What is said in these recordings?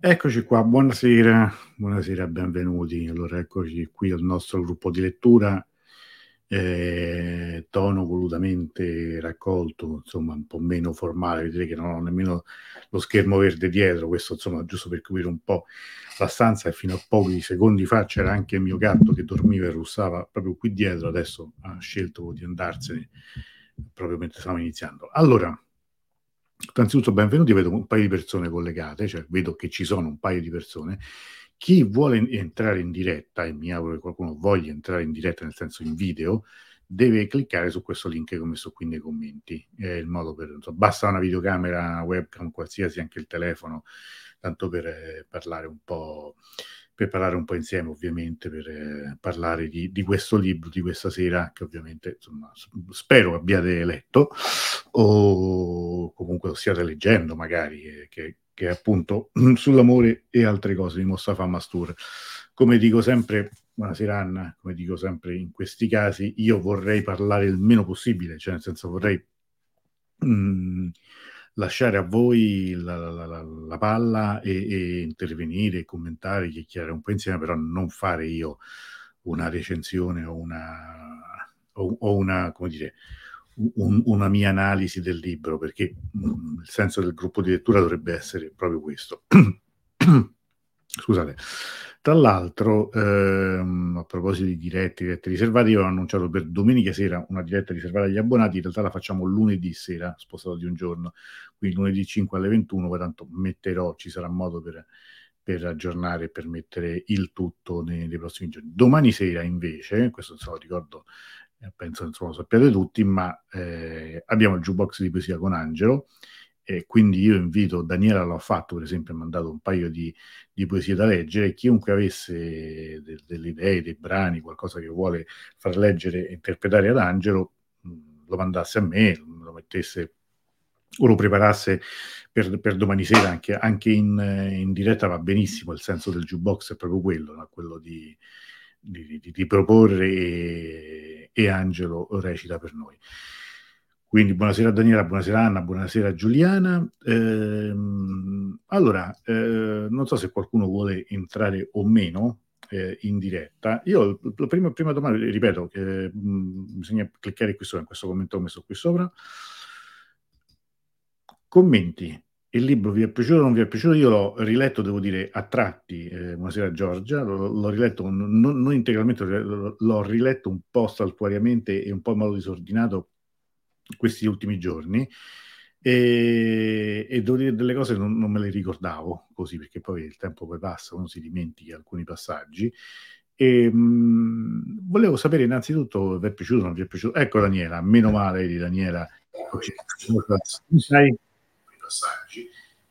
Eccoci qua, buonasera, benvenuti. Allora, eccoci qui al nostro gruppo di lettura, tono volutamente raccolto, insomma, un po' meno formale. Vedete che non ho nemmeno lo schermo verde dietro, questo insomma, giusto per capire un po' la stanza. E fino a pochi secondi fa c'era anche il mio gatto che dormiva e russava proprio qui dietro, adesso ha scelto di andarsene proprio mentre stavamo iniziando. Allora, innanzitutto benvenuti, vedo un paio di persone collegate, cioè vedo che ci sono un paio di persone. Chi vuole entrare in diretta, e mi auguro che qualcuno voglia entrare in diretta, nel senso in video, deve cliccare su questo link che ho messo qui nei commenti. È il modo per, insomma, basta una videocamera, webcam, qualsiasi, anche il telefono, tanto per parlare un po' insieme, ovviamente, per parlare di questo libro, di questa sera, che ovviamente, insomma, spero abbiate letto, o comunque lo stiate leggendo, magari, che è appunto sull'amore e altre cose di Mostafa Mastur. Come dico sempre, buonasera Anna, come dico sempre in questi casi, io vorrei parlare il meno possibile, cioè nel senso vorrei lasciare a voi la palla e intervenire, commentare, chiacchierare un po' insieme, però non fare io una recensione o una, come dire, una mia analisi del libro, perché il senso del gruppo di lettura dovrebbe essere proprio questo. Scusate. Tra l'altro, a proposito di dirette riservate, io ho annunciato per domenica sera una diretta riservata agli abbonati. In realtà la facciamo lunedì sera, spostato di un giorno, quindi lunedì 5 alle 21, poi tanto ci sarà modo per aggiornare e per mettere il tutto nei prossimi giorni. Domani sera invece, questo se lo ricordo, penso insomma lo sappiate tutti, ma abbiamo il jukebox di poesia con Angelo, e quindi io invito Daniela, l'ho fatto per esempio, ha mandato un paio di poesie da leggere, e chiunque avesse delle idee, dei brani, qualcosa che vuole far leggere e interpretare ad Angelo, lo mandasse a me, lo mettesse o lo preparasse per domani sera, anche in diretta va benissimo. Il senso del jukebox è proprio quello, no? Quello di proporre, e Angelo recita per noi. Quindi buonasera Daniela, buonasera Anna, buonasera Giuliana. Allora, non so se qualcuno vuole entrare o meno in diretta. Io la prima domanda, ripeto, che bisogna cliccare qui sopra, in questo commento che ho messo qui sopra. Commenti. Il libro vi è piaciuto o non vi è piaciuto? Io l'ho riletto, devo dire, a tratti. Buonasera Giorgia, l'ho riletto non integralmente, l'ho riletto un po' saltuariamente e un po' in modo disordinato questi ultimi giorni, e devo dire delle cose non me le ricordavo così, perché poi il tempo poi passa, uno si dimentica alcuni passaggi. E volevo sapere innanzitutto, vi è piaciuto o non vi è piaciuto? Ecco Daniela, meno male di Daniela. Sai? Passaggi.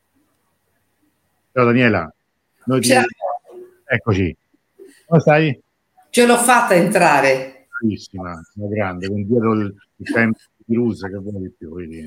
Ciao Daniela, Ciao. eccoci. Come stai? Ce l'ho fatta entrare. Bravissima, una grande, con dietro il tempo di Rusa che vuole di più. Vedi?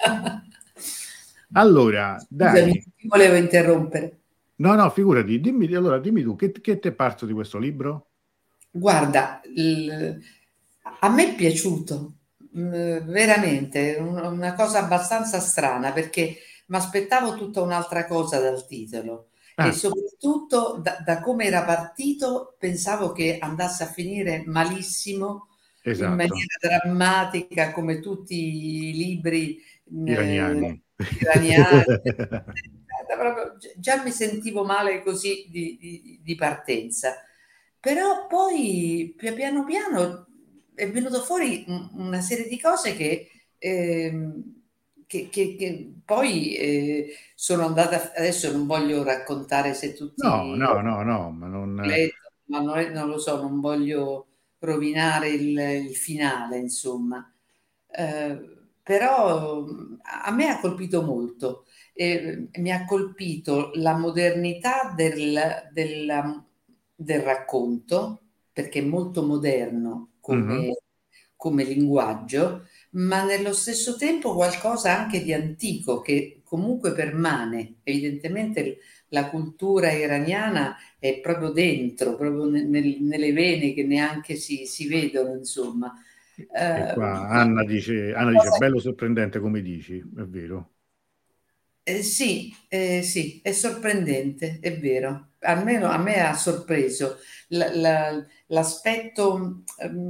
Allora, Scusami, dai. ti volevo interrompere. No, figurati, dimmi tu, che ti è parso di questo libro? Guarda, a me è piaciuto, veramente, una cosa abbastanza strana perché mi aspettavo tutta un'altra cosa dal titolo e Ah, soprattutto da come era partito pensavo che andasse a finire malissimo, in esatto, maniera drammatica, come tutti i libri iraniani. iraniani. Proprio, già mi sentivo male così di partenza. Però poi piano piano è venuto fuori una serie di cose che poi sono andata. Adesso non voglio raccontare se tutti No, ma non... letto, ma non lo so, non voglio rovinare il finale, insomma. Però a me ha colpito molto. Mi ha colpito la modernità del racconto, perché è molto moderno Mhm. come linguaggio, ma nello stesso tempo qualcosa anche di antico che comunque permane. Evidentemente la cultura iraniana è proprio dentro, proprio nelle vene che neanche si vedono, insomma. E qua Una Anna dice, cosa bello sorprendente come dici, è vero. Sì, è sorprendente, è vero. Almeno a me ha sorpreso l'aspetto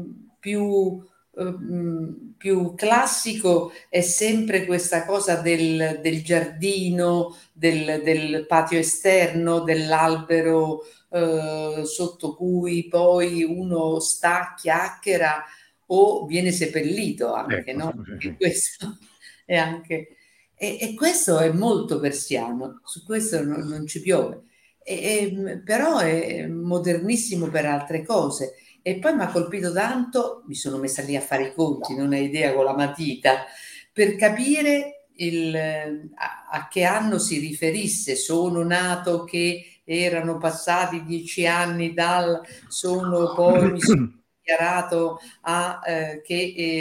più classico è sempre questa cosa del giardino, del patio esterno, dell'albero sotto cui poi uno sta, chiacchiera o viene seppellito anche, Ecco, no? sì. Perché questo è anche e questo è molto persiano, su questo non ci piove. Però è modernissimo per altre cose. E poi mi ha colpito tanto, mi sono messa lì a fare i conti, non hai idea, con la matita, per capire a che anno si riferisse. Sono nato che erano passati 10 anni dal, sono poi mi sono dichiarato che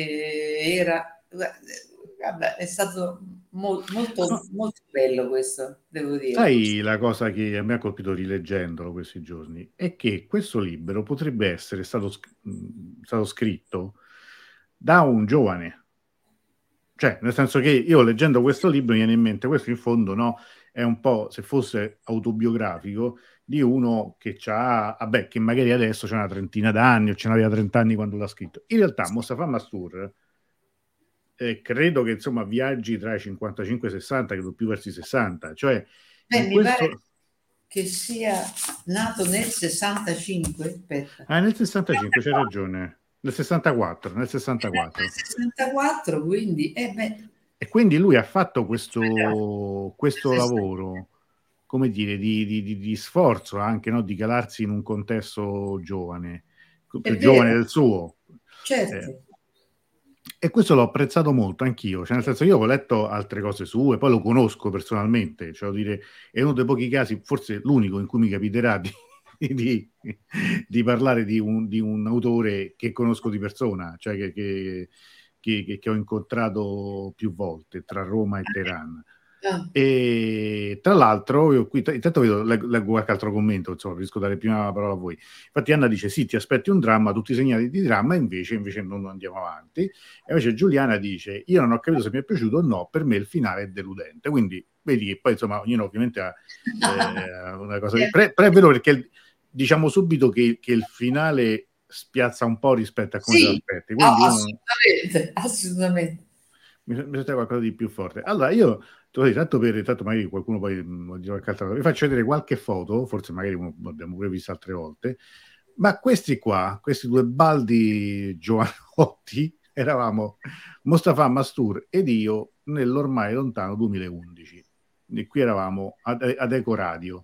era. Guarda, è stato molto, No, molto bello questo, devo dire. sai la cosa che a me ha colpito rileggendolo questi giorni? È che questo libro potrebbe essere stato scritto da un giovane. Cioè, nel senso che io leggendo questo libro mi viene in mente, questo in fondo, no, è un po', se fosse autobiografico, di uno che c'ha, vabbè, che magari adesso c'ha una trentina d'anni o ce n'aveva 30 anni quando l'ha scritto. In realtà Mostafa Mastur credo che insomma viaggi tra i 55 e i 60, credo più verso i 60, cioè in Mi pare questo. che sia nato nel 65, aspetta, Nel 65 c'è ragione, nel 64, nel è nato 64. nel 64, quindi, beh, E quindi lui ha fatto aspetta, questo nel 60, lavoro, come dire, di sforzo anche, no? Di calarsi in un contesto giovane, è più giovane vero, del suo. Eh, certo, e questo l'ho apprezzato molto anch'io, cioè nel senso io ho letto altre cose sue, poi lo conosco personalmente, cioè dire, è uno dei pochi casi, forse l'unico in cui mi capiterà di, di parlare di un autore che conosco di persona, cioè che ho incontrato più volte tra Roma e Teheran. ah, E tra l'altro, io qui intanto leggo qualche altro commento, insomma, riesco a dare prima la parola a voi. Infatti Anna dice sì, ti aspetti un dramma, tutti i segnali di dramma, invece non andiamo avanti. E invece Giuliana dice, io non ho capito se mi è piaciuto o no, per me il finale è deludente. Quindi vedi che poi insomma ognuno ovviamente ha una cosa di. Però è vero perché diciamo subito che il finale spiazza un po' rispetto a come te sì, l'aspetti. Quindi io assolutamente, assolutamente. mi sente qualcosa di più forte. Allora, io te lo dico, tanto magari qualcuno poi dirà qualche altra cosa. Vi faccio vedere qualche foto, forse magari l'abbiamo pure visto altre volte, ma questi qua, questi due baldi giovanotti, eravamo Mostafa Mastur ed io nell'ormai lontano 2011. E qui eravamo ad Eco Radio.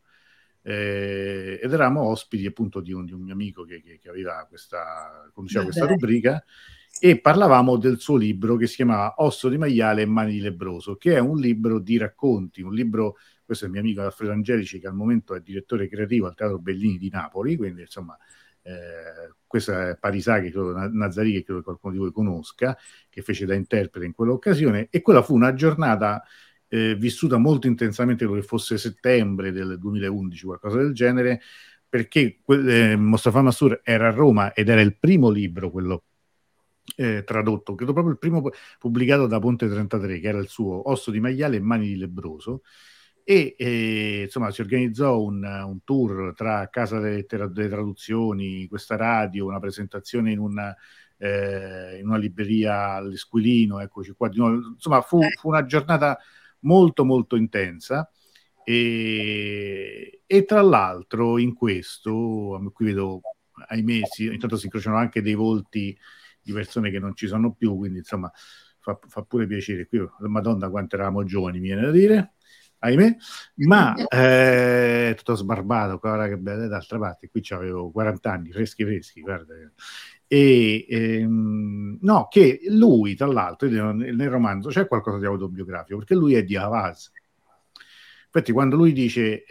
Ed eravamo ospiti appunto di un mio amico che aveva conduceva Va questa bene, rubrica e parlavamo del suo libro che si chiamava Osso di maiale e mani di lebbroso, che è un libro di racconti, un libro, questo è il mio amico Alfredo Angelici che al momento è direttore creativo al Teatro Bellini di Napoli, quindi insomma questo è Parisà, che credo, Nazari, che credo che qualcuno di voi conosca, che fece da interprete in quell'occasione, e quella fu una giornata vissuta molto intensamente, credo che fosse settembre del 2011, qualcosa del genere, perché Mostafa Massour era a Roma ed era il primo libro, quello tradotto, credo proprio il primo pubblicato da Ponte 33, che era il suo Osso di maiale e mani di lebbroso, e insomma si organizzò un tour tra Casa delle Traduzioni, questa radio, una presentazione in una libreria all'Esquilino, eccoci qua di nuovo. Insomma fu una giornata molto molto intensa e tra l'altro in questo, qui vedo, ahimè, intanto si incrociano anche dei volti di persone che non ci sono più, quindi insomma fa pure piacere. Qui, Madonna, quanto eravamo giovani, mi viene da dire, ahimè, ma tutto sbarbato, guarda che bella, d'altra parte, qui avevo 40 anni, freschi freschi, guarda. No, che lui, tra l'altro, nel romanzo c'è qualcosa di autobiografico, perché lui è di Havas. Infatti, quando lui dice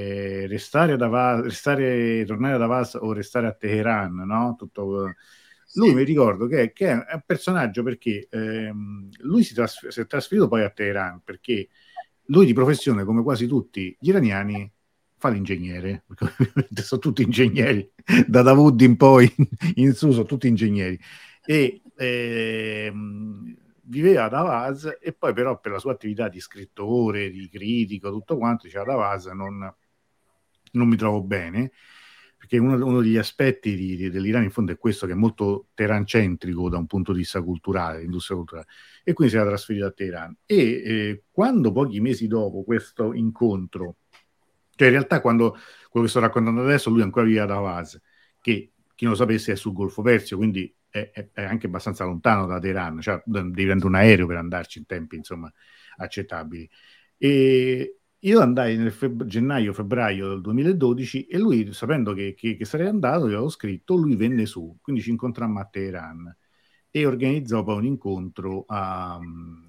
tornare ad Havas o restare a Teheran, no? Lui mi sì, ricordo che è un personaggio perché lui si è trasferito poi a Teheran perché lui di professione, come quasi tutti gli iraniani, fa l'ingegnere, perché sono tutti ingegneri, da Davud in poi in su sono tutti ingegneri. E viveva ad Avaz e poi però per la sua attività di scrittore, di critico, tutto quanto, diceva ad Avaz non mi trovo bene, perché uno degli aspetti dell'Iran in fondo è questo, che è molto terancentrico da un punto di vista culturale, industria culturale, e quindi si era trasferito a Teheran. E quando pochi mesi dopo questo incontro, cioè in realtà quando quello che sto raccontando adesso, lui ancora viveva ad Avaz, che chi non lo sapesse è sul Golfo Persio, quindi è anche abbastanza lontano da Teheran, cioè devi prendere un aereo per andarci in tempi insomma accettabili. E io andai nel gennaio-febbraio del 2012 e lui, sapendo che sarei andato, gli avevo scritto, lui venne su, quindi ci incontrammo a Teheran e organizzò poi un incontro a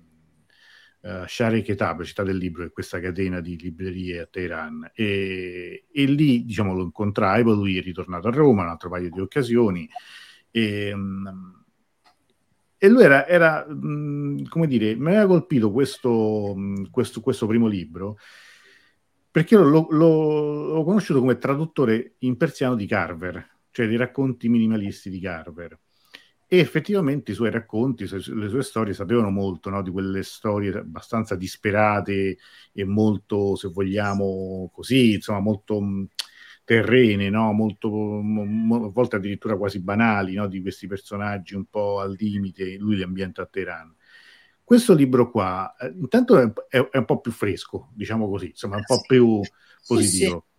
Share Kitab, città del libro, che è questa catena di librerie a Teheran, e lì diciamo lo incontrai, poi lui è ritornato a Roma un altro paio di occasioni e, e lui era come dire, mi aveva colpito questo primo libro perché io l'ho conosciuto come traduttore in persiano di Carver, cioè dei racconti minimalisti di Carver. E effettivamente i suoi racconti, le sue storie sapevano molto, no? Di quelle storie abbastanza disperate e molto, se vogliamo, così, insomma, molto terrene, no? Molto, a volte addirittura quasi banali, no? Di questi personaggi un po' al limite, lui li ambienta a Teheran. Questo libro qua, intanto è un po' più fresco, diciamo così, insomma, è un po' Sì, più sì, sì. positivo.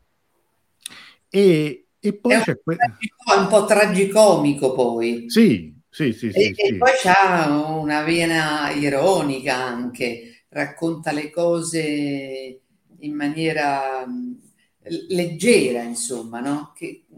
E È poi c'è... un po' tragicomico poi. Sì, sì, sì, sì, E sì. poi c'ha una vena ironica anche, racconta le cose in maniera leggera, insomma, no?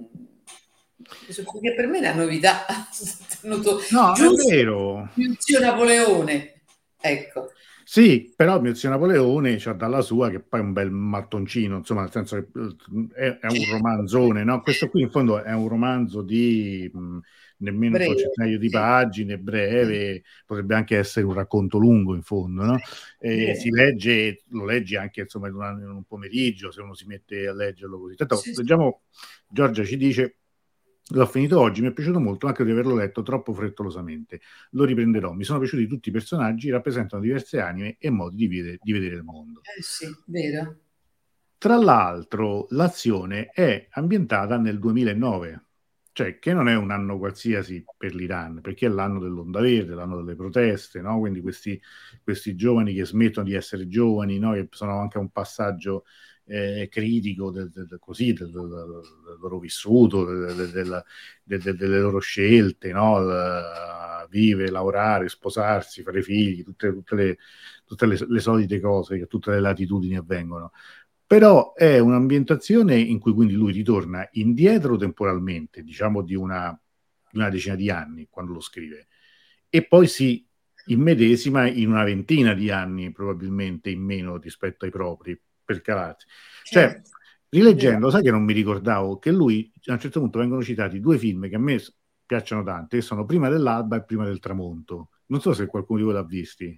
Che per me è una novità. Tenuto No, è giusto vero. mio zio Napoleone. Ecco. Sì, però mio zio Napoleone c'ha dalla sua che poi è un bel mattoncino, insomma, nel senso che è un romanzone, no? Questo qui in fondo è un romanzo di nemmeno so, Breve, centinaio di sì, pagine, sì, breve, potrebbe anche essere un racconto lungo in fondo, no? Si vero. legge, lo leggi anche insomma in un pomeriggio, se uno si mette a leggerlo così. Tanto, Sì, sì. leggiamo, Giorgia ci dice... L'ho finito oggi, mi è piaciuto molto anche di averlo letto troppo frettolosamente. Lo riprenderò. Mi sono piaciuti tutti i personaggi, rappresentano diverse anime e modi di vedere il mondo. Sì, vero. Tra l'altro, l'azione è ambientata nel 2009, cioè che non è un anno qualsiasi per l'Iran, perché è l'anno dell'onda verde, l'anno delle proteste, no? Quindi questi giovani che smettono di essere giovani, no? Che sono anche un passaggio critico del loro vissuto, delle loro scelte, no? Vivere, lavorare, sposarsi, fare figli, tutte le solite cose che a tutte le latitudini avvengono. Però è un'ambientazione in cui quindi lui ritorna indietro temporalmente, diciamo di una decina di anni quando lo scrive, e poi si immedesima in una ventina di anni, probabilmente in meno rispetto ai propri, per calarsi. Cioè, Certo, vero. rileggendo, sai che non mi ricordavo che lui, a un certo punto vengono citati due film che a me piacciono tanto, che sono Prima dell'alba e Prima del tramonto. Non so se qualcuno di voi l'ha visti.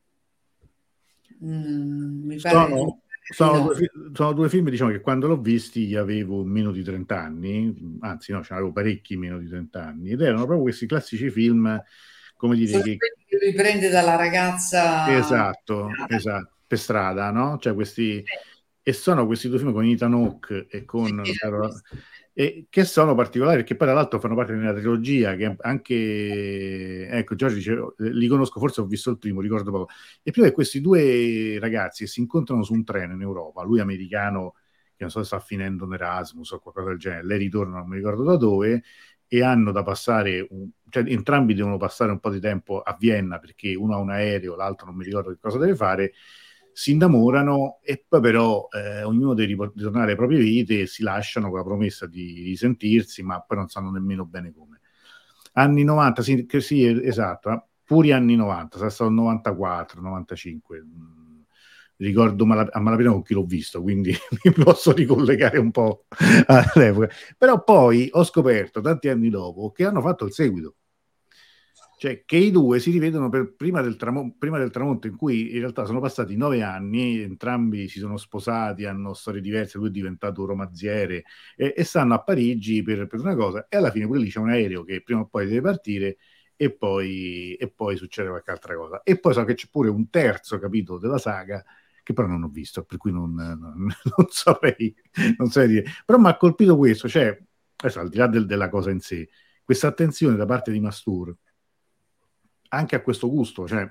Mi pare Sono, di sono due, no. fi- sono due film, diciamo, che quando l'ho visti avevo meno di 30 anni, anzi no, ce ne avevo parecchi meno di 30 anni, ed erano proprio questi classici film, come dire, Sono che quelli che lui prende dalla ragazza. esatto, esatto, per strada, no? Cioè e sono questi due film con Ethan Hawke e Sì, con... l'ho visto. e che sono particolari, perché poi tra l'altro fanno parte di una trilogia che anche, ecco, Giorgio dice, li conosco, forse ho visto il primo, ricordo poco. E più è questi due ragazzi che si incontrano su un treno in Europa, lui americano, che non so se sta finendo un Erasmus o qualcosa del genere, lei ritorna, non mi ricordo da dove, e hanno da passare, cioè entrambi devono passare un po' di tempo a Vienna perché uno ha un aereo, l'altro non mi ricordo che cosa deve fare, si innamorano e poi però ognuno deve ritornare alle proprie vite e si lasciano con la promessa di sentirsi, ma poi non sanno nemmeno bene come. Anni 90, sì, sì esatto, puri anni 90, sarà stato il 94, 95. Ricordo a malapena con chi l'ho visto, quindi mi posso ricollegare un po' all'epoca. Però poi ho scoperto, tanti anni dopo, che hanno fatto il seguito. Cioè, che i due si rivedono prima del tramonto, in cui in realtà sono passati 9 anni, entrambi si sono sposati, hanno storie diverse, lui è diventato romanziere, e stanno a Parigi per una cosa, e alla fine pure lì c'è un aereo che prima o poi deve partire, e poi succede qualche altra cosa. E poi so che c'è pure un terzo capitolo della saga che però non ho visto, per cui non saprei, non saprei dire. Però mi ha colpito questo, cioè, adesso, al di là della cosa in sé, questa attenzione da parte di Mastur anche a questo gusto, cioè,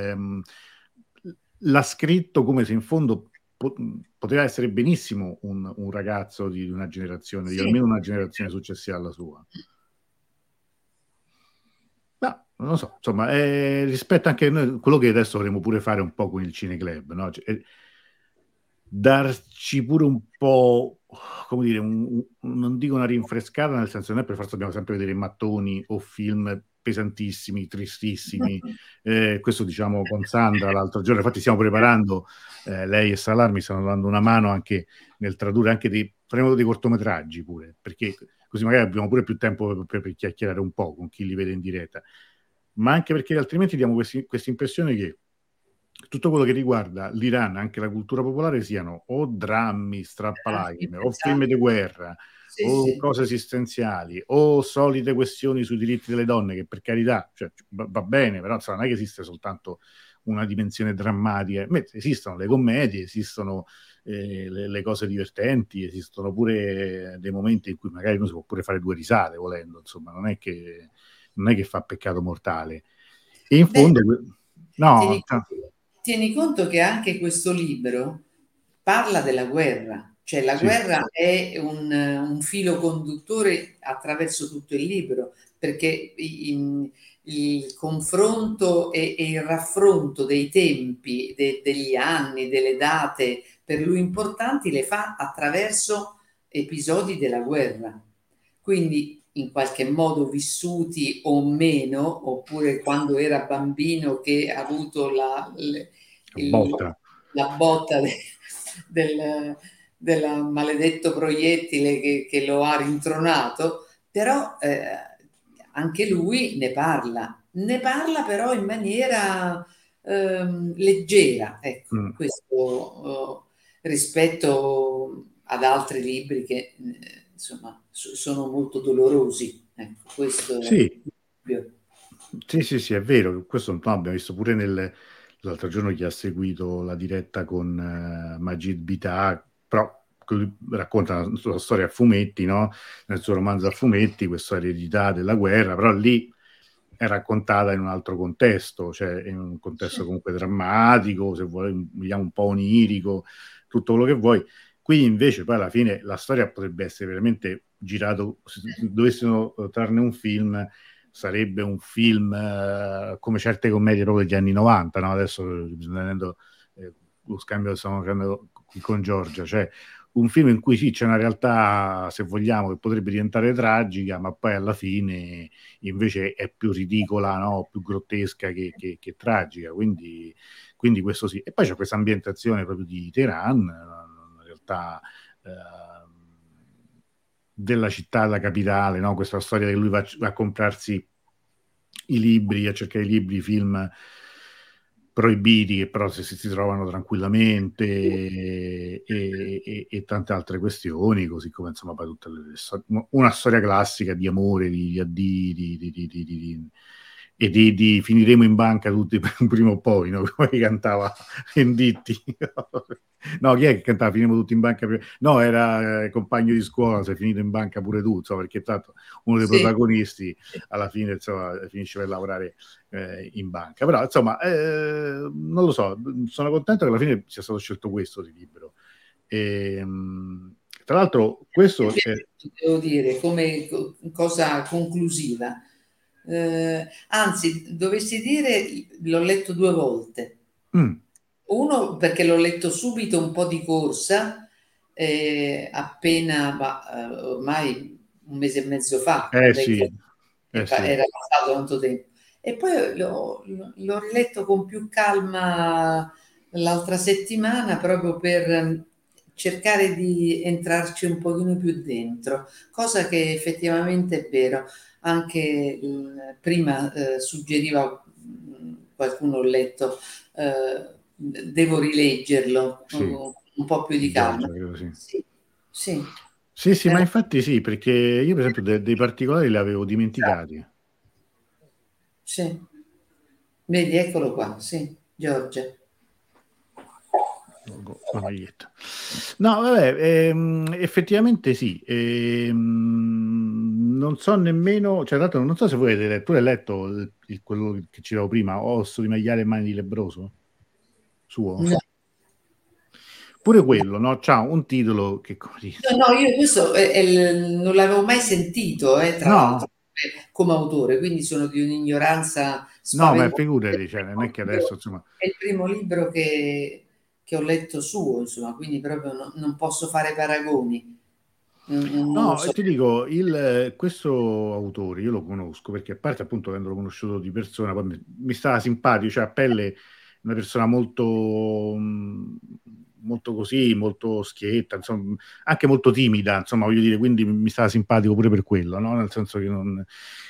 l'ha scritto come se in fondo poteva essere benissimo un ragazzo di una generazione, di Sì. almeno una generazione successiva alla sua. No, non lo so, insomma, rispetto anche a noi, quello che adesso dovremmo pure fare un po' con il Cineclub, no? Cioè, darci pure un po', come dire, non dico una rinfrescata, nel senso che noi per forza dobbiamo sempre vedere mattoni o film pesantissimi, tristissimi. Questo diciamo con Sandra l'altro giorno, infatti stiamo preparando, lei e Salar mi stanno dando una mano anche nel tradurre anche faremo dei cortometraggi pure, perché così magari abbiamo pure più tempo per chiacchierare un po' con chi li vede in diretta, ma anche perché altrimenti diamo questa impressione che tutto quello che riguarda l'Iran, anche la cultura popolare, siano o drammi, strappalacrime, o film di guerra, Sì, o sì. cose esistenziali, o solite questioni sui diritti delle donne, che per carità, cioè, va bene, però insomma, non è che esiste soltanto una dimensione drammatica. Esistono le commedie, esistono le cose divertenti, esistono pure dei momenti in cui magari uno si può pure fare due risate volendo, insomma, non è che fa peccato mortale. E in Beh, fondo, no, tieni, tieni conto che anche questo libro parla della guerra, cioè la sì, guerra è un filo conduttore attraverso tutto il libro, perché il confronto e il raffronto dei tempi, degli anni, delle date per lui importanti le fa attraverso episodi della guerra. Quindi in qualche modo vissuti o meno, oppure quando era bambino che ha avuto il- botta. la botta del, del maledetto proiettile che lo ha rintronato, però anche lui ne parla però in maniera leggera, ecco, Mm. questo rispetto ad altri libri che insomma sono molto dolorosi. Ecco, questo Sì, è sì, sì, sì, è vero. Questo no, abbiamo visto pure l'altro giorno chi ha seguito la diretta con Majid Bita, però lui racconta la sua storia a fumetti, no? Nel suo romanzo a fumetti, questa eredità della guerra, però lì è raccontata in un altro contesto, cioè in un contesto comunque drammatico, se vogliamo un po' onirico, tutto quello che vuoi. Qui invece poi alla fine la storia potrebbe essere veramente girato, se dovessero trarne un film, sarebbe un film come certe commedie proprio degli anni 90, no? Adesso bisogna vedendo lo scambio che stiamo facendo qui con Giorgia, cioè un film in cui sì, c'è una realtà, se vogliamo, che potrebbe diventare tragica, ma poi alla fine invece è più ridicola, no? Più grottesca che tragica, quindi questo sì. E poi c'è questa ambientazione proprio di Teheran, una realtà della città, la capitale, no? Questa storia che lui va a comprarsi i libri, a cercare i libri, i film proibiti che però si trovano tranquillamente e tante altre questioni, così come insomma poi tutte una storia classica di amore, di addii, e di finiremo in banca tutti prima o poi, no? Come cantava Venditti. No, chi è che cantava finiremo tutti in banca prima? No, era compagno di scuola, sei finito in banca pure tu, insomma, perché tanto uno dei sì. protagonisti alla fine insomma, finisce per lavorare in banca. Però insomma, non lo so, sono contento che alla fine sia stato scelto questo di libro. E, tra l'altro, Mi è questo è... piaciuto, devo dire, come cosa conclusiva. Anzi, dovessi dire, l'ho letto due volte. Mm, Uno perché l'ho letto subito un po' di corsa, appena, ormai un mese e mezzo fa, quando è sì, che sì. era passato tanto tempo. E poi l'ho riletto con più calma l'altra settimana proprio per cercare di entrarci un pochino più dentro, cosa che effettivamente è vero. Anche prima suggeriva qualcuno, ho letto, devo rileggerlo Sì, un po' più di calma. Giorgia, credo sì. Sì, sì. Sì, sì, ma Eh, infatti sì, perché io per esempio dei particolari li avevo dimenticati. Sì. Vedi, eccolo qua, sì, Giorgia. La maglietta. No, vabbè, effettivamente sì. Non so nemmeno, cioè, tra l'altro, non so se voi avete letto, tu hai letto quello che ci davo prima, Osso di maiale e mani di lebbroso? Suo? No, Pure quello, no? C'ha un titolo che, come dire, no, no, io questo non l'avevo mai sentito, tra l'altro, no, come autore, quindi sono di un'ignoranza no, ma spaventosa. figurati, cioè, non è che adesso, insomma, È il primo libro che ho letto suo, insomma, quindi proprio non posso fare paragoni. Non lo no, so. ti dico, questo autore io lo conosco perché, a parte appunto avendolo conosciuto di persona, poi mi stava simpatico, cioè a pelle una persona molto, molto così, molto schietta, insomma, anche molto timida, insomma, voglio dire, quindi mi stava simpatico pure per quello, no? Nel senso che non...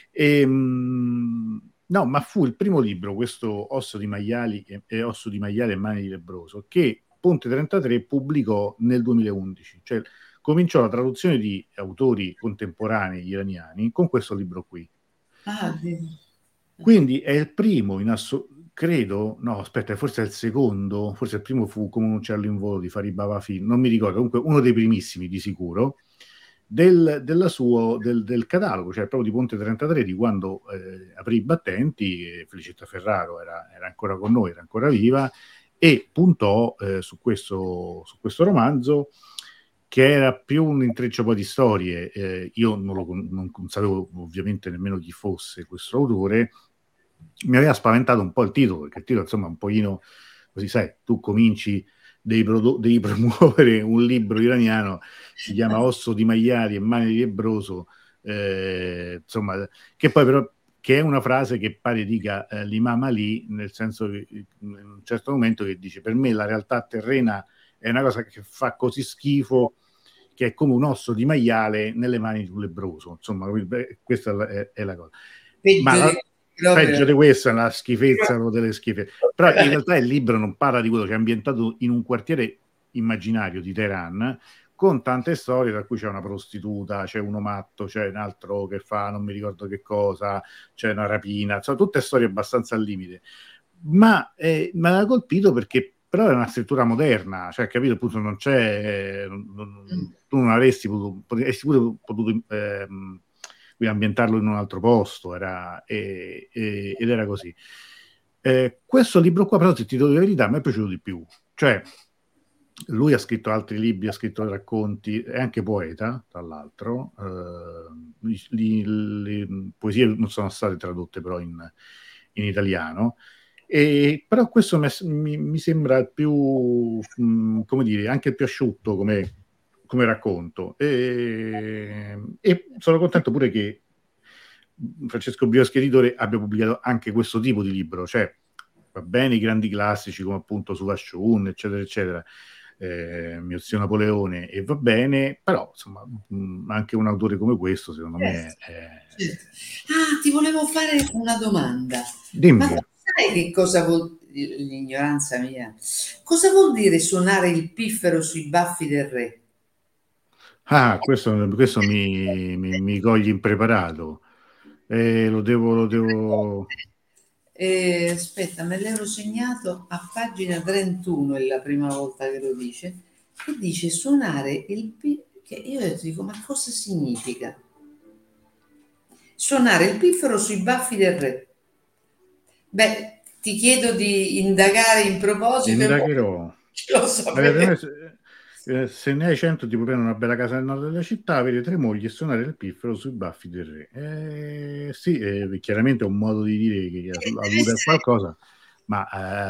no, ma fu il primo libro, questo Osso di maiali Osso di maiale e mani di lebbroso, che Ponte 33 pubblicò nel 2011, cioè cominciò la traduzione di autori contemporanei iraniani con questo libro qui. Ah, Quindi è il primo in assoluto, credo, no, aspetta, forse è il secondo, forse il primo fu Come un uccello in volo di Farid Bavafi, non mi ricordo, comunque uno dei primissimi di sicuro, del catalogo, cioè proprio di Ponte 33, di quando aprì i battenti, Felicetta Ferraro era ancora con noi, era ancora viva, e puntò su questo romanzo che era più un intreccio poi di storie. Io non sapevo ovviamente nemmeno chi fosse questo autore, mi aveva spaventato un po' il titolo, perché il titolo insomma un pochino così, sai, tu cominci, devi promuovere un libro iraniano, si chiama Osso di maiali e mani di lebbroso, insomma, che poi però che è una frase che pare dica l'imam Ali, nel senso che in un certo momento che dice per me la realtà terrena è una cosa che fa così schifo che è come un osso di maiale nelle mani di un lebbroso, insomma, questa è la cosa. Ma peggio di peggio proprio. di questa è la schifezza delle schifezze. Però in realtà il libro non parla di quello che è ambientato in un quartiere immaginario di Teheran, con tante storie, tra cui c'è una prostituta, c'è uno matto, c'è un altro che fa non mi ricordo che cosa, c'è una rapina, insomma, tutte storie abbastanza al limite. Ma mi ha colpito perché però è una scrittura moderna, cioè capito, appunto non c'è, tu non avresti pure potuto ambientarlo in un altro posto, ed era così. Questo libro qua però, se ti dico la verità, mi è piaciuto di più, cioè lui ha scritto altri libri, ha scritto racconti, è anche poeta, tra l'altro. Le poesie non sono state tradotte però in italiano. Però questo mi sembra il più, come dire, anche il più asciutto come racconto. E sono contento pure che Francesco Bioschi editore abbia pubblicato anche questo tipo di libro, cioè va bene i grandi classici come appunto Suvasciun, eccetera, eccetera, mio zio Napoleone, e va bene, però insomma anche un autore come questo secondo me Certo, certo. Ah, ti volevo fare una domanda. Ma tu dimmi. sai che cosa vuol l'ignoranza mia? Cosa vuol dire suonare il piffero sui baffi del re? Ah, questo mi coglie impreparato. Lo devo. Aspetta, me l'ero segnato a pagina 31, è la prima volta che lo dice, che dice suonare il piffero, che io dico, ma cosa significa? Suonare il piffero sui baffi del re. Beh, ti chiedo di indagare in proposito e Indagherò. lo Per me, sapere. se ne hai 100 ti puoi prendere una bella casa nel nord della città, avere 3 mogli e suonare il piffero sui baffi del re. Sì, chiaramente è un modo di dire che Deve allude a essere qualcosa, ma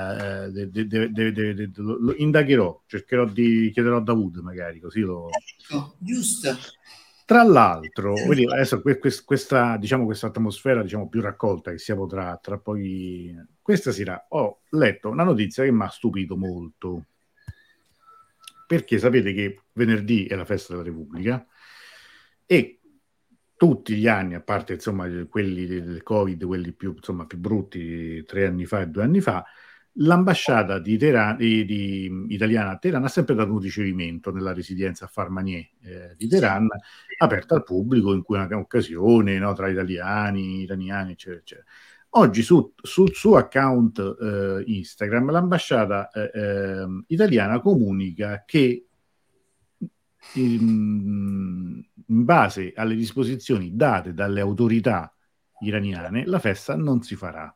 lo indagherò, chiederò a Dawood magari, così lo. ecco, giusto. Tra l'altro, vedi, adesso questa, diciamo, questa atmosfera, diciamo, più raccolta che siamo tra poi. Questa sera ho letto una notizia che mi ha stupito molto, perché sapete che venerdì è la festa della Repubblica e tutti gli anni, a parte insomma quelli del Covid, quelli più, insomma, più brutti, 3 anni fa e 2 anni fa, l'ambasciata italiana a Teheran ha sempre dato un ricevimento nella residenza a Farmanier di Sì. Teheran, aperta al pubblico in cui è una occasione, no, tra italiani, iraniani, eccetera, eccetera. Oggi sul suo account Instagram l'ambasciata italiana comunica che in base alle disposizioni date dalle autorità iraniane la festa non si farà.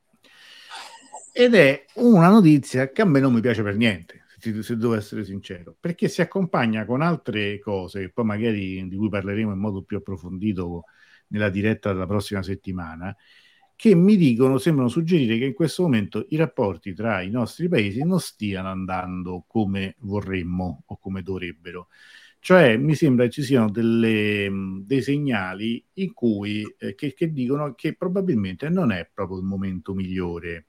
Ed è una notizia che a me non mi piace per niente, se devo essere sincero, perché si accompagna con altre cose, poi magari di cui parleremo in modo più approfondito nella diretta della prossima settimana, che sembrano suggerire che in questo momento i rapporti tra i nostri paesi non stiano andando come vorremmo o come dovrebbero. Cioè mi sembra ci siano dei segnali in cui che dicono che probabilmente non è proprio il momento migliore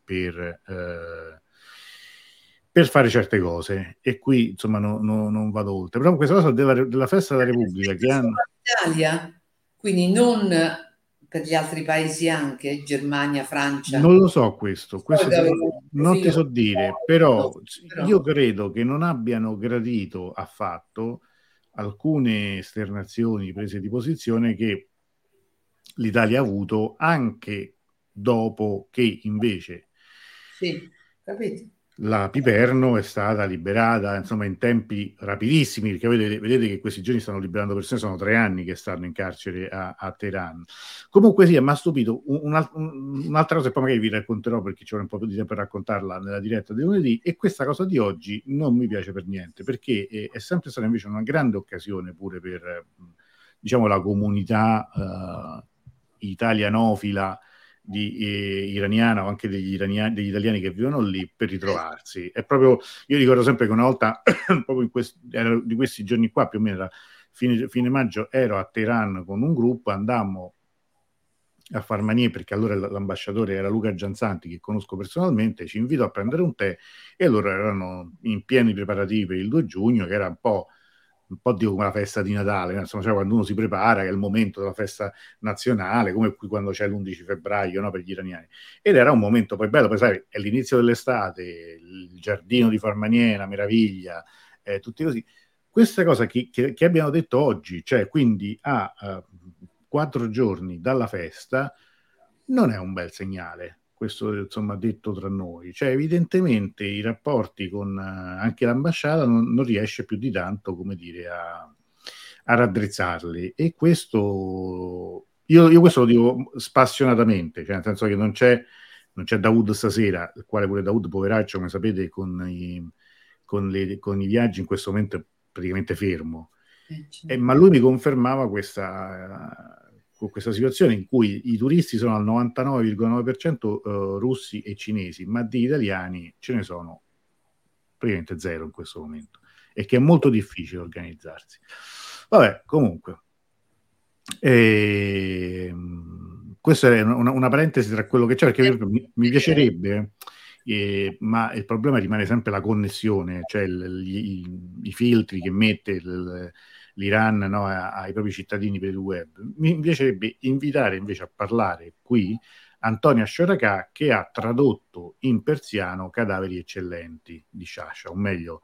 per fare certe cose, e qui insomma non vado oltre. Però questa cosa della festa della Repubblica che hanno Italia, quindi non per gli altri paesi anche, Germania, Francia. non lo so questo Avevo un non ti profilo so dire, però però io credo che non abbiano gradito affatto alcune esternazioni, prese di posizione che l'Italia ha avuto anche dopo che invece sì, capito? la Piperno è stata liberata, insomma, in tempi rapidissimi, perché vedete che questi giorni stanno liberando persone, sono 3 anni che stanno in carcere a Teheran. Comunque sì, mi ha stupito un'altra cosa, e poi magari vi racconterò perché c'è un po' di tempo per raccontarla nella diretta di lunedì, e questa cosa di oggi non mi piace per niente, perché è sempre stata invece una grande occasione pure per, diciamo, la comunità italianofila iraniana, o anche degli italiani che vivono lì, per ritrovarsi. È proprio, io ricordo sempre che una volta proprio di questi giorni qua, più o meno era fine maggio, ero a Teheran con un gruppo, andammo a Farmanie, perché allora l'ambasciatore era Luca Gianzanti, che conosco personalmente, ci invitò a prendere un tè, e loro erano in pieni preparativi per il 2 giugno, che era un po' di come la festa di Natale, insomma, cioè quando uno si prepara, che è il momento della festa nazionale, come qui quando c'è l'11 febbraio, no, per gli iraniani. Ed era un momento poi bello, poi sai, è l'inizio dell'estate, il giardino di Farmanie, una meraviglia, tutti così. Questa cosa che abbiamo detto oggi, cioè quindi a 4 giorni dalla festa, non è un bel segnale. Questo insomma detto tra noi, cioè evidentemente i rapporti con anche l'ambasciata non riesce più di tanto, come dire, a raddrizzarli, e questo io questo lo dico spassionatamente, cioè nel senso che non c'è Dawood stasera, il quale pure Dawood, poveraccio, come sapete, con i viaggi in questo momento è praticamente fermo. Ma lui mi confermava questa situazione in cui i turisti sono al 99,9% russi e cinesi, ma di italiani ce ne sono praticamente zero in questo momento, e che è molto difficile organizzarsi. Vabbè, comunque, questa è una parentesi tra quello che c'è, perché mi piacerebbe, ma il problema rimane sempre la connessione, cioè i filtri che mette l'Iran, no, ai propri cittadini per il web. Mi piacerebbe invitare invece a parlare qui Antonia Scioracà, che ha tradotto in persiano Cadaveri eccellenti di Sciascia, o meglio,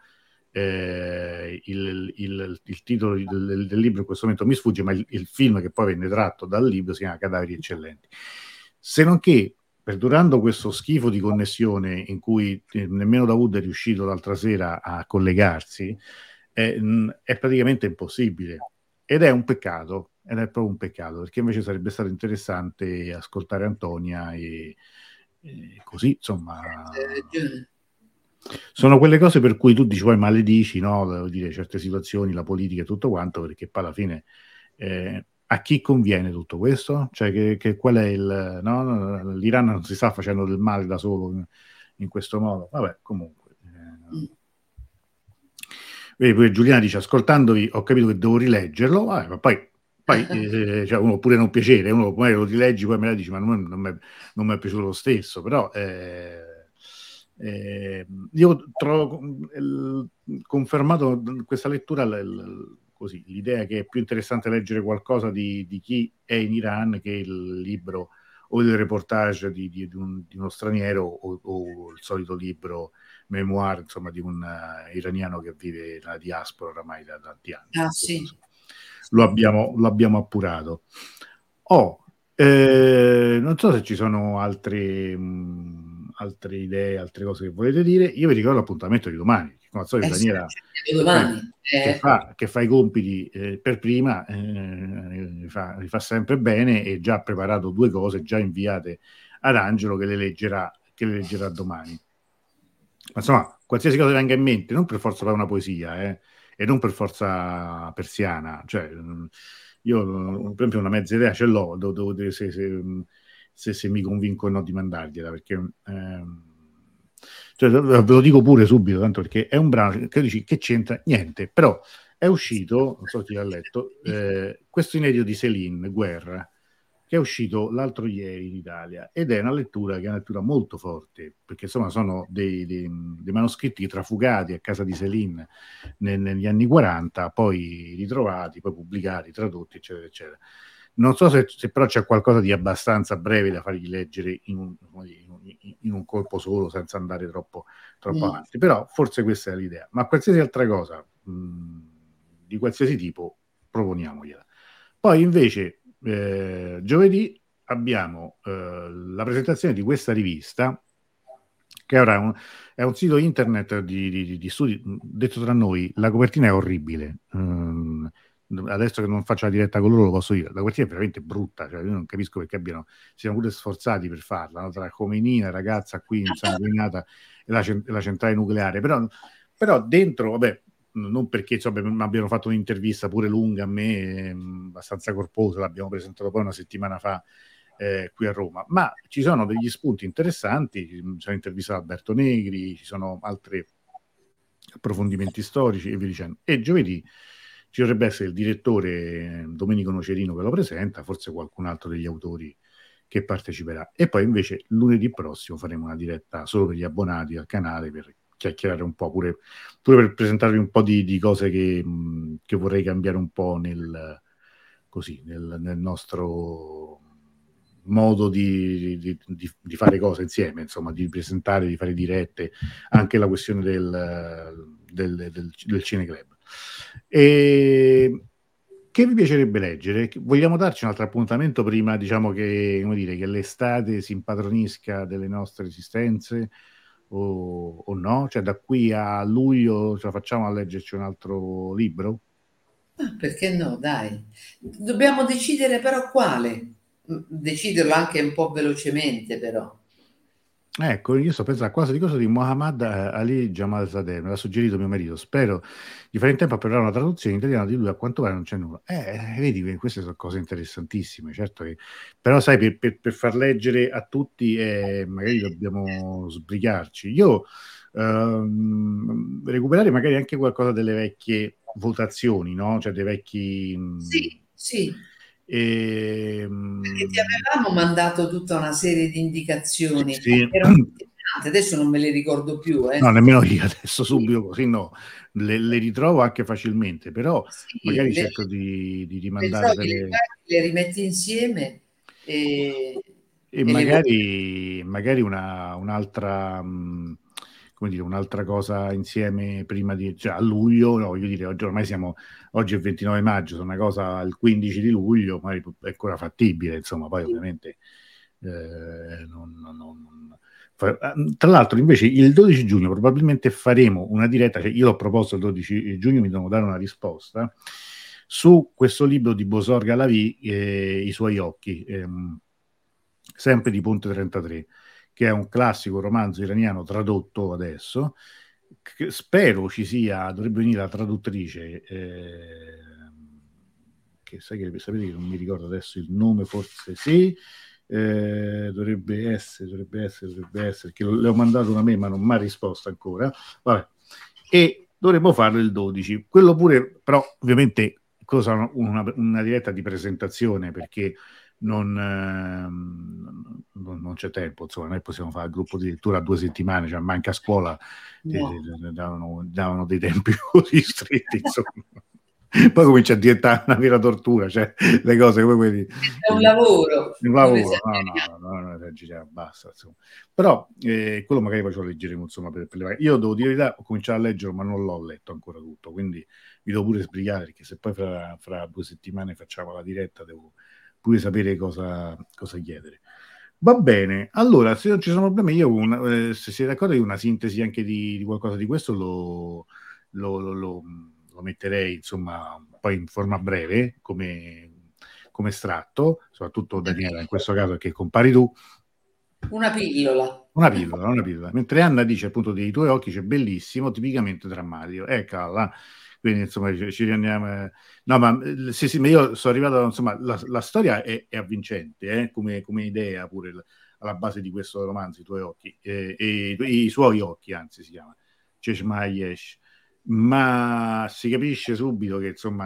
il titolo del libro in questo momento mi sfugge, ma il film che poi venne tratto dal libro si chiama Cadaveri eccellenti. Se non che, perdurando questo schifo di connessione in cui nemmeno Dawood è riuscito l'altra sera a collegarsi, è praticamente impossibile, ed è un peccato, ed è proprio un peccato, perché invece sarebbe stato interessante ascoltare Antonia e così, insomma, sono quelle cose per cui tu dici poi maledici, no, devo dire, certe situazioni, la politica e tutto quanto, perché poi alla fine a chi conviene tutto questo? Cioè qual è no? L'Iran non si sta facendo del male da solo in questo modo. Vabbè, comunque. Vedi, pure Giuliana dice, ascoltandovi ho capito che devo rileggerlo, ma poi cioè uno pure non piacere, uno poi lo rileggi, poi me la dici, ma non mi è piaciuto lo stesso, però io trovo confermato questa lettura così, l'idea che è più interessante leggere qualcosa di chi è in Iran che il libro o il reportage di uno straniero, o il solito libro memoir, insomma, di un iraniano che vive nella diaspora oramai da tanti anni. Sì. Lo abbiamo appurato. Non so se ci sono altre idee, altre cose che volete dire. Io vi ricordo l'appuntamento di domani. Come al solito, Sì, Daniela, ci vediamo domani. che fa i compiti per prima, li fa sempre bene e già ha preparato due cose già inviate ad Angelo che le leggerà domani. Ma insomma, qualsiasi cosa venga in mente, non per forza fare una poesia, e non per forza persiana, cioè io per esempio una mezza idea ce l'ho, se mi convinco o no di mandargliela, perché cioè, ve lo dico pure subito, tanto perché è un brano che dici che c'entra niente, però è uscito, non so chi l'ha letto, questo inedito di Céline Guerra, che è uscito l'altro ieri in Italia, ed è una lettura che è una lettura molto forte, perché insomma sono dei manoscritti trafugati a casa di Céline negli anni 40, poi ritrovati, poi pubblicati, tradotti, eccetera, eccetera. Non so se però c'è qualcosa di abbastanza breve da fargli leggere in un colpo solo, senza andare troppo avanti, però forse questa è l'idea. Ma qualsiasi altra cosa, di qualsiasi tipo, proponiamogliela. Poi invece giovedì abbiamo la presentazione di questa rivista, che ora è un sito internet di studi. Detto tra noi, la copertina è orribile. Adesso che non faccio la diretta con loro lo posso dire, la copertina è veramente brutta, cioè io non capisco perché siano pure sforzati per farla, no? Tra Khomeini, la ragazza qui insanguinata e la centrale nucleare, però dentro, vabbè, non perché insomma, mi abbiano fatto un'intervista pure lunga a me, abbastanza corposa, l'abbiamo presentato poi una settimana fa qui a Roma, ma ci sono degli spunti interessanti, ci sono interviste ad Alberto Negri, ci sono altri approfondimenti storici e via dicendo. E giovedì ci dovrebbe essere il direttore Domenico Nocerino che lo presenta, forse qualcun altro degli autori che parteciperà. E poi invece lunedì prossimo faremo una diretta solo per gli abbonati al canale per chiacchierare un po', pure per presentarvi un po' di cose che vorrei cambiare un po' nel nostro modo di fare cose insieme, insomma, di presentare, di fare dirette, anche la questione del Cineclub. E che vi piacerebbe leggere? Vogliamo darci un altro appuntamento prima, diciamo che, come dire, che l'estate si impadronisca delle nostre esistenze o no? Cioè da qui a luglio ce la facciamo a leggerci un altro libro? Perché no, dai. Dobbiamo decidere però quale. Deciderlo anche un po' velocemente, però. Ecco, io sto pensando a qualcosa di cosa di Muhammad Ali Jamalzadeh, me l'ha suggerito mio marito, spero di fare in tempo a preparare una traduzione in italiano di lui, a quanto pare non c'è nulla. Vedi, queste sono cose interessantissime, certo che, però sai, per far leggere a tutti magari dobbiamo sbrigarci. Io recuperare magari anche qualcosa delle vecchie votazioni, no? Cioè dei vecchi... Sì, sì, e, perché ti avevamo mandato tutta una serie di indicazioni, sì. erano tutte tante, adesso non me le ricordo più, No, eh. nemmeno io adesso Sì, subito così no, le ritrovo anche facilmente, però sì, magari cerco di le trovi, le rimandare guardi, le rimetti insieme e, e e le voti. magari un'altra, come dire, un'altra cosa insieme prima cioè a luglio, no, voglio dire, oggi è il 29 maggio, se una cosa il 15 di luglio, magari è ancora fattibile, insomma, poi ovviamente tra l'altro invece il 12 giugno probabilmente faremo una diretta, cioè io l'ho proposto il 12 giugno, mi devono dare una risposta, su questo libro di Bosorga Lavì, I suoi occhi, sempre di Ponte 33, che è un classico romanzo iraniano tradotto adesso, che spero ci sia, dovrebbe venire la traduttrice, che sapete che non mi ricordo adesso il nome, forse sì, dovrebbe essere, che le ho mandato una mail ma non mi ha risposto ancora. Vabbè. E dovremmo farlo il 12. Quello pure, però ovviamente una diretta di presentazione perché non c'è tempo, insomma, noi possiamo fare il gruppo di lettura a 2 settimane, cioè manca a scuola, No. davano dei tempi così stretti, insomma. Poi comincia a diventare una vera tortura, cioè le cose come quelli. È un lavoro, Un non lavoro, esageriamo. no, esageriamo, basta, insomma. Però quello magari poi ce lo leggeremo, insomma, per le vacanze. Io devo dire la verità, ho cominciato a leggerlo, ma non l'ho letto ancora tutto, quindi mi devo pure sbrigare, perché se poi fra 2 settimane facciamo la diretta, devo pure sapere cosa chiedere. Va bene, allora se non ci sono problemi, se siete d'accordo, io una sintesi anche di qualcosa di questo lo metterei, insomma, poi in forma breve come estratto, soprattutto Daniela in questo caso che compari tu. Una pillola. Una pillola. Mentre Anna dice appunto dei tuoi occhi c'è bellissimo, tipicamente drammatico. Eccola. Quindi insomma ci riandiamo. No, ma sì, ma io sono arrivato, insomma, la storia è avvincente, come idea pure alla base di questo romanzo, i tuoi occhi, i suoi occhi, anzi si chiama, Cheshmayesh. Ma si capisce subito che insomma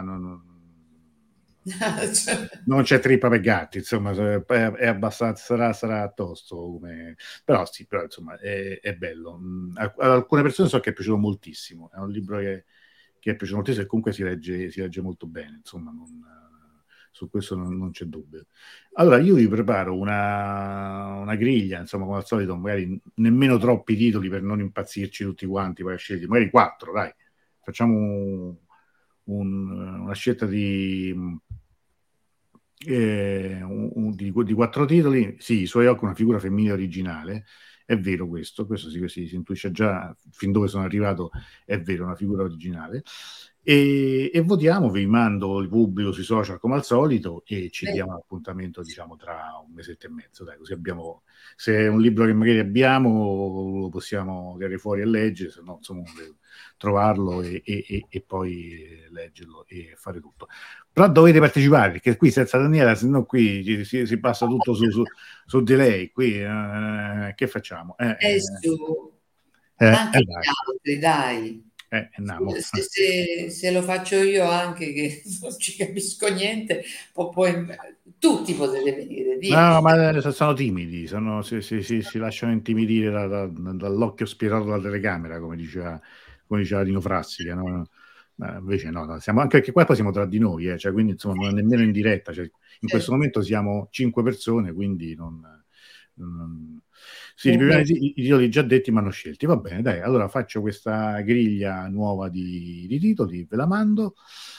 non c'è trippa per gatti, insomma, è abbastanza, sarà tosto, però sì, però insomma è bello. Ad alcune persone so che è piaciuto moltissimo, è un libro che è piaciuto moltissimo e comunque si legge molto bene, insomma, su questo non c'è dubbio. Allora, io vi preparo una griglia, insomma, come al solito, magari nemmeno troppi titoli per non impazzirci tutti quanti, poi scegliere, magari 4, dai, facciamo una scelta di 4 titoli. Sì, i suoi occhi, una figura femminile originale, è vero questo si intuisce già fin dove sono arrivato, è vero, una figura originale. E votiamo, vi mando il pubblico sui social come al solito e ci diamo l'appuntamento, diciamo, tra un mesetto e mezzo, dai, così abbiamo, se è un libro che magari abbiamo lo possiamo tirare fuori e leggere, se no insomma trovarlo e poi leggerlo e fare tutto. Però dovete partecipare, perché qui senza Daniela, se no qui si passa tutto su di lei, qui che facciamo? Anche gli Dai. altri, dai. Andiamo. Se lo faccio io anche che non ci capisco niente, poi tutti potete venire, via. No, ma sono timidi, si lasciano intimidire dall'occhio spierato dalla telecamera, come diceva Dino Frassica, no? Invece no, siamo anche perché qua poi siamo tra di noi, cioè, quindi insomma non è nemmeno in diretta, cioè, in questo momento siamo 5 persone, quindi sì, ripetiamo i titoli già detti ma non scelti. Va bene, dai, allora faccio questa griglia nuova di titoli, ve la mando.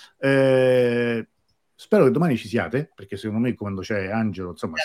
Spero che domani ci siate, perché secondo me quando c'è Angelo, insomma,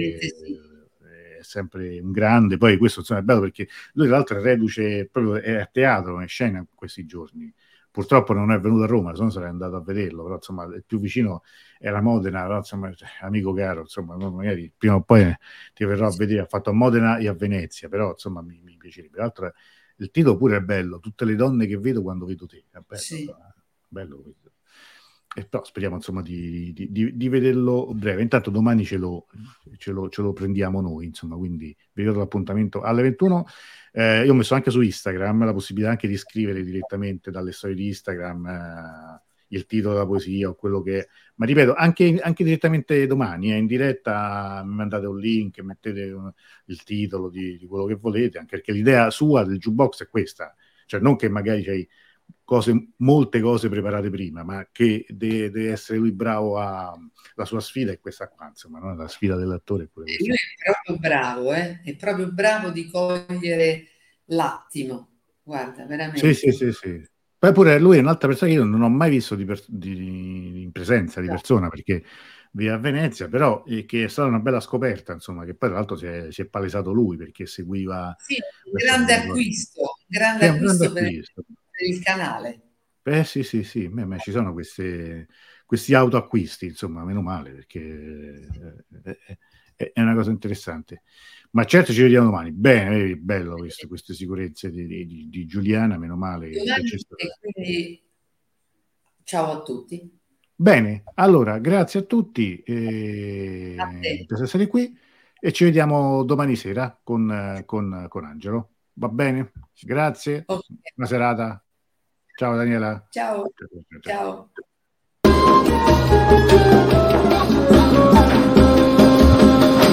è sempre un grande. Poi questo insomma, è bello perché lui tra l'altro è reduce, proprio è a teatro, è scena in questi giorni. Purtroppo non è venuto a Roma, se no sarei andato a vederlo, però insomma il più vicino era Modena, però insomma amico caro, insomma magari prima o poi ti verrò a vedere, ha fatto a Modena e a Venezia, però insomma mi piacerebbe. L'altro il titolo pure è bello, tutte le donne che vedo quando vedo te, è bello, sì. Bello questo. E però speriamo insomma di vederlo breve. Intanto domani ce lo prendiamo noi, insomma, quindi vi do l'appuntamento alle 21. Io ho messo anche su Instagram la possibilità anche di scrivere direttamente dalle storie di Instagram il titolo della poesia o quello che è. Ma ripeto, anche direttamente domani, in diretta mi mandate un link, mettete il titolo di quello che volete, anche perché l'idea sua del jukebox è questa, cioè non che magari c'hai molte cose preparate prima, ma che deve essere lui bravo la sua sfida è questa qua, insomma, no? La sfida dell'attore è pure lui è proprio bravo, è proprio bravo di cogliere l'attimo, guarda, veramente. Sì. Poi pure lui è un'altra persona che io non ho mai visto in presenza di persona, perché via a Venezia, però che è stata una bella scoperta, insomma, che poi tra l'altro si è palesato lui perché seguiva. Sì, un grande acquisto per il canale. Sì, ma ci sono questi autoacquisti, insomma, meno male, perché è una cosa interessante. Ma certo ci vediamo domani. Bene, bello queste sicurezze di Giuliana, meno male. E quindi ciao a tutti. Bene, allora, grazie a tutti per essere qui e ci vediamo domani sera con Angelo. Va bene? Grazie. Okay. Buona serata. Ciao Daniela. Ciao.